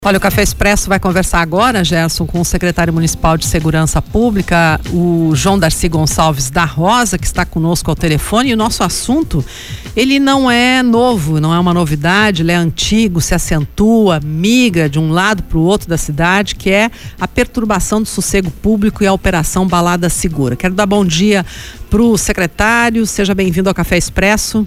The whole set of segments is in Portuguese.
Olha, o Café Expresso vai conversar agora, Gerson, com o secretário municipal de Segurança Pública, o João Darcy Gonçalves da Rosa, que está conosco ao telefone. E o nosso assunto, ele não é novo, não é uma novidade, ele é antigo, se acentua, migra de um lado para o outro da cidade, que é a perturbação do sossego público e a Operação Balada Segura. Quero dar bom dia para o secretário, seja bem-vindo ao Café Expresso.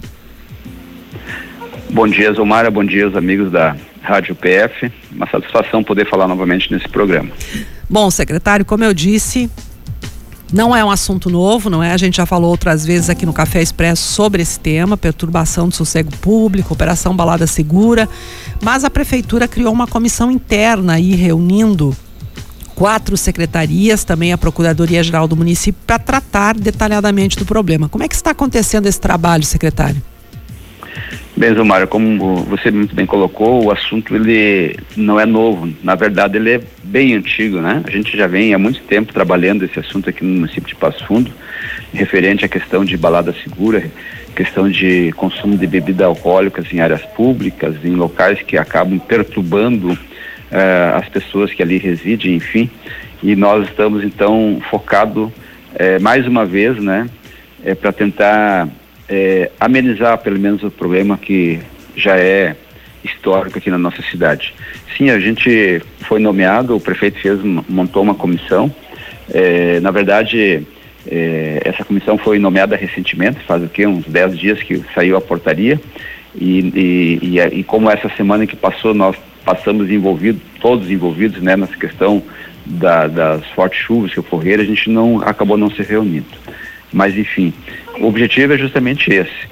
Bom dia, Zomara, bom dia aos amigos da Rádio PF, uma satisfação poder falar novamente nesse programa. Bom, secretário, como eu disse, não é um assunto novo, não é? A gente já falou outras vezes aqui no Café Expresso sobre esse tema, perturbação do sossego público, Operação Balada Segura, mas a Prefeitura criou uma comissão interna aí, reunindo 4 secretarias, também a Procuradoria-Geral do município, para tratar detalhadamente do problema. Como é que está acontecendo esse trabalho, secretário? Bem, Zomara, como você muito bem colocou, o assunto ele não é novo, na verdade ele é bem antigo, né? A gente já vem há muito tempo trabalhando esse assunto aqui no município de Passo Fundo, referente à questão de balada segura, questão de consumo de bebidas alcoólicas em áreas públicas, em locais que acabam perturbando as pessoas que ali residem, enfim, e nós estamos então focados mais uma vez, né, para tentar amenizar pelo menos o problema que já é histórico aqui na nossa cidade. Sim, a gente foi nomeado, o prefeito montou uma comissão, na verdade essa comissão foi nomeada recentemente, faz uns 10 dias que saiu a portaria e como essa semana que passou nós passamos todos envolvidos, né, nessa questão das fortes chuvas que ocorreram, a gente acabou não se reunindo. Mas, enfim, o objetivo é justamente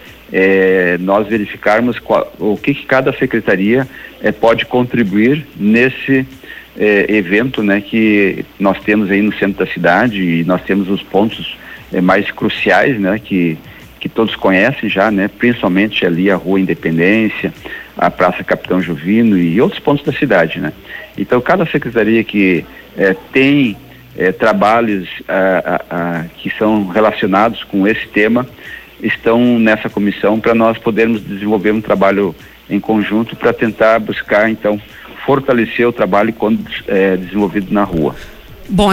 esse, nós verificarmos o que cada secretaria pode contribuir nesse evento, né, que nós temos aí no centro da cidade, e nós temos os pontos mais cruciais, né, que todos conhecem já, né, principalmente ali a Rua Independência, a Praça Capitão Juvino e outros pontos da cidade, né. Então, cada secretaria que tem trabalhos que são relacionados com esse tema estão nessa comissão para nós podermos desenvolver um trabalho em conjunto para tentar buscar então fortalecer o trabalho quando desenvolvido na rua. Bom,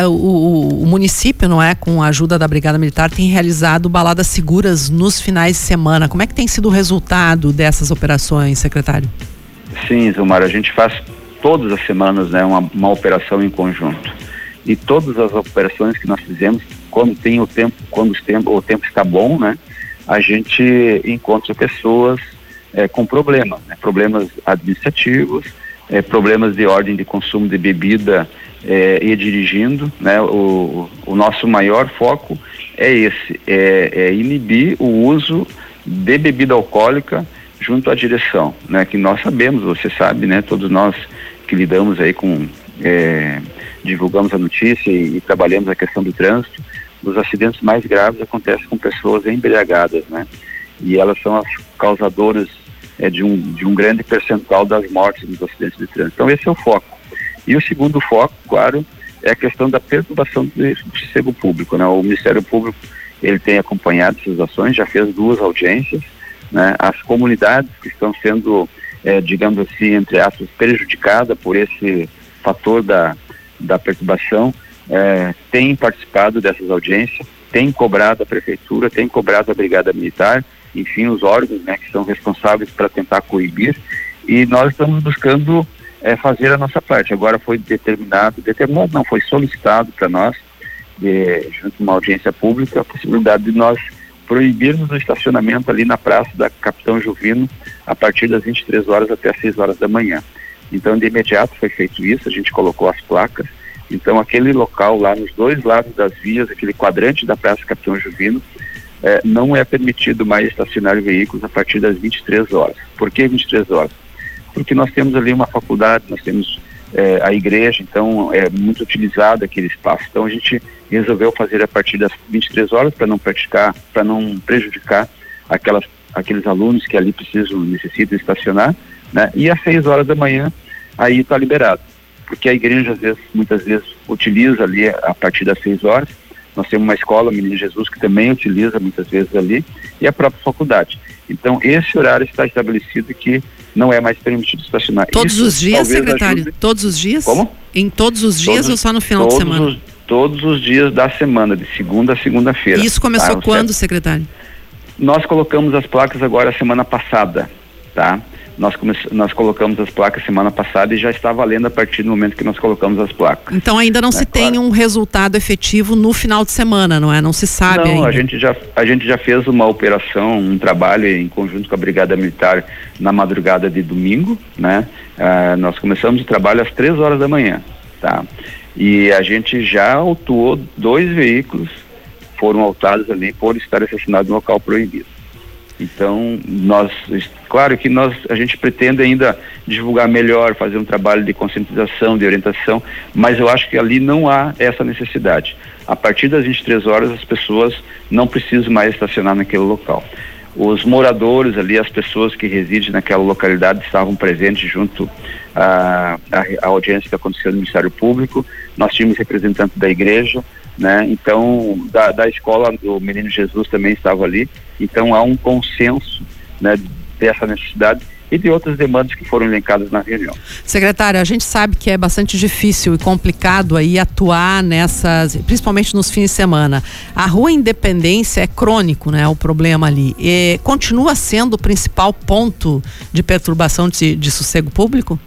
o município, não é, com a ajuda da Brigada Militar, tem realizado baladas seguras nos finais de semana. Como é que tem sido o resultado dessas operações, secretário? Sim, Zomara, a gente faz todas as semanas, né, uma operação em conjunto. E todas as operações que nós fizemos, quando o tempo está bom, né, a gente encontra pessoas com problemas, né, problemas administrativos, problemas de ordem de consumo de bebida e dirigindo, né. O nosso maior foco é esse, inibir o uso de bebida alcoólica junto à direção, né, que nós sabemos, você sabe, né, todos nós que lidamos aí com divulgamos a notícia e trabalhamos a questão do trânsito, os acidentes mais graves acontecem com pessoas embriagadas, né? E elas são as causadoras de um grande percentual das mortes nos acidentes de trânsito. Então esse é o foco. E o segundo foco, claro, é a questão da perturbação do sossego público, né? O Ministério Público, ele tem acompanhado essas ações, já fez 2 audiências, né? As comunidades que estão sendo, digamos assim, entre aspas, prejudicadas por esse fator da perturbação, tem participado dessas audiências, tem cobrado a prefeitura, tem cobrado a Brigada Militar, enfim, os órgãos, né, que são responsáveis para tentar coibir, e nós estamos buscando fazer a nossa parte. Agora foi foi solicitado para nós, junto a uma audiência pública, a possibilidade de nós proibirmos o estacionamento ali na Praça da Capitão Juvino a partir das 23 horas até as 6 horas da manhã. Então, de imediato foi feito isso, a gente colocou as placas. Então, aquele local lá nos 2 lados das vias, aquele quadrante da Praça Capitão Juvino, não é permitido mais estacionar veículos a partir das 23 horas. Por que 23 horas? Porque nós temos ali uma faculdade, nós temos a igreja, então é muito utilizado aquele espaço. Então, a gente resolveu fazer a partir das 23 horas para não prejudicar aqueles alunos que ali necessitam estacionar, né? E às 6 horas da manhã aí está liberado, porque a igreja muitas vezes utiliza ali a partir das 6 horas, nós temos uma escola, Menino Jesus, que também utiliza muitas vezes ali, e a própria faculdade. Então esse horário está estabelecido que não é mais permitido estacionar. Todos os dias, secretário? Ajude. Todos os dias? Como? Em todos os dias ou só no final de semana? Todos os dias da semana, de segunda a segunda-feira. E isso começou quando, secretário? Nós colocamos as placas agora semana passada, tá? Nós colocamos as placas semana passada e já está valendo a partir do momento que nós colocamos as placas. Então ainda não se tem um resultado efetivo no final de semana, não é? Não se sabe ainda. Não, a gente já fez uma operação, um trabalho em conjunto com a Brigada Militar na madrugada de domingo, né? Nós começamos o trabalho às 3 horas da manhã, tá? E a gente já autuou 2 veículos, foram autados ali por estar estacionados no local proibido. Então, claro que a gente pretende ainda divulgar melhor, fazer um trabalho de conscientização, de orientação, mas eu acho que ali não há essa necessidade. A partir das 23 horas, as pessoas não precisam mais estacionar naquele local. Os moradores ali, as pessoas que residem naquela localidade estavam presentes junto à audiência que aconteceu no Ministério Público. Nós tínhamos representante da igreja, né? Então, da escola do Menino Jesus também estava ali. Então há um consenso, né, dessa necessidade e de outras demandas que foram elencadas na reunião. Secretário, a gente sabe que é bastante difícil e complicado aí atuar nessas, principalmente nos fins de semana. A Rua Independência é crônico, né, o problema ali. E continua sendo o principal ponto de perturbação de sossego público?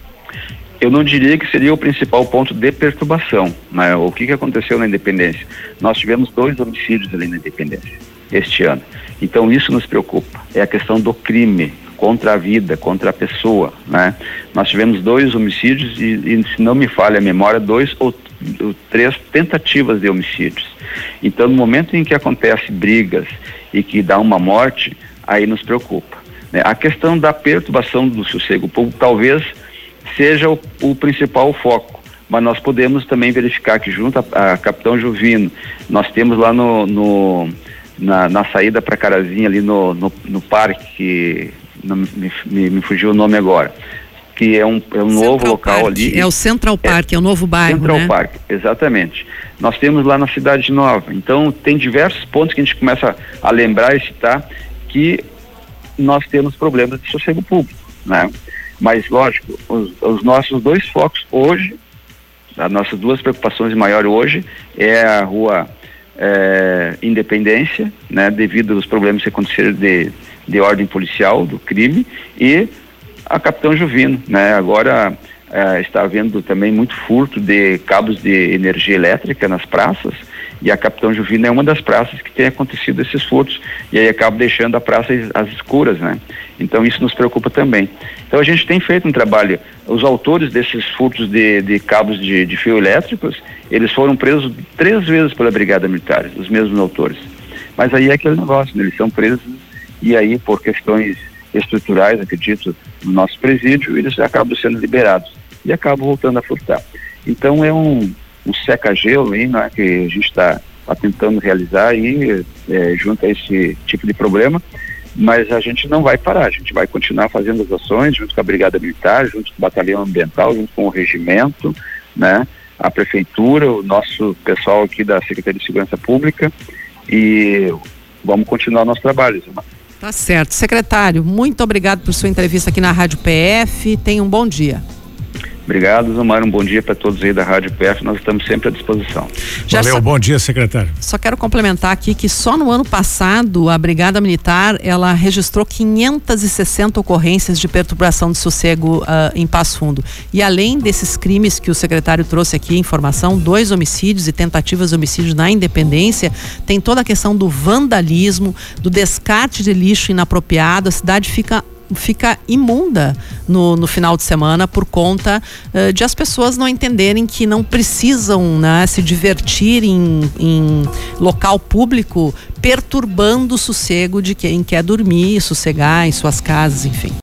Eu não diria que seria o principal ponto de perturbação, né? O que aconteceu na Independência? Nós tivemos 2 homicídios ali na Independência este ano. Então isso nos preocupa. É a questão do crime contra a vida, contra a pessoa, né? Nós tivemos 2 homicídios e se não me falha a memória, 2 ou 3 tentativas de homicídios. Então no momento em que acontece brigas e que dá uma morte, aí nos preocupa, né? A questão da perturbação do sossego público talvez seja o principal foco, mas nós podemos também verificar que junto a Capitão Juvino, nós temos lá na saída para Carazinha, ali no parque, me fugiu o nome agora, que é um novo local ali. É o Central Park, é o novo bairro, Central né? Park, exatamente. Nós temos lá na Cidade Nova, então tem diversos pontos que a gente começa a lembrar e citar que nós temos problemas de sossego público, né? Mas, lógico, os nossos 2 focos hoje, as nossas 2 preocupações maiores hoje é a Rua Independência, né, devido aos problemas que aconteceram de ordem policial, do crime, e a Capitão Juvino, né? Agora está havendo também muito furto de cabos de energia elétrica nas praças, e a Capitão Juvino é uma das praças que tem acontecido esses furtos, e aí acaba deixando a praça às escuras, né? Então isso nos preocupa também. Então a gente tem feito um trabalho, os autores desses furtos de cabos de fio elétricos, eles foram presos 3 vezes pela Brigada Militar, os mesmos autores. Mas aí é aquele negócio, né? Eles são presos e aí por questões estruturais, acredito, no nosso presídio, eles acabam sendo liberados e acabam voltando a furtar. Então é um seca-gelo aí, né, que a gente está tentando realizar aí, junto a esse tipo de problema, mas a gente não vai parar, a gente vai continuar fazendo as ações junto com a Brigada Militar, junto com o Batalhão Ambiental, junto com o Regimento, né, a Prefeitura, o nosso pessoal aqui da Secretaria de Segurança Pública, e vamos continuar nosso trabalho, Zilmar. Tá certo. Secretário, muito obrigado por sua entrevista aqui na Rádio PF, tenha um bom dia. Obrigado, Zomar, um bom dia para todos aí da Rádio PF, nós estamos sempre à disposição. Valeu, bom dia, secretário. Só quero complementar aqui que só no ano passado a Brigada Militar, ela registrou 560 ocorrências de perturbação de sossego em Passo Fundo. E além desses crimes que o secretário trouxe aqui, informação, 2 homicídios e tentativas de homicídio na Independência, tem toda a questão do vandalismo, do descarte de lixo inapropriado, a cidade fica imunda no final de semana por conta de as pessoas não entenderem que não precisam, né, se divertir em local público perturbando o sossego de quem quer dormir, sossegar em suas casas, enfim.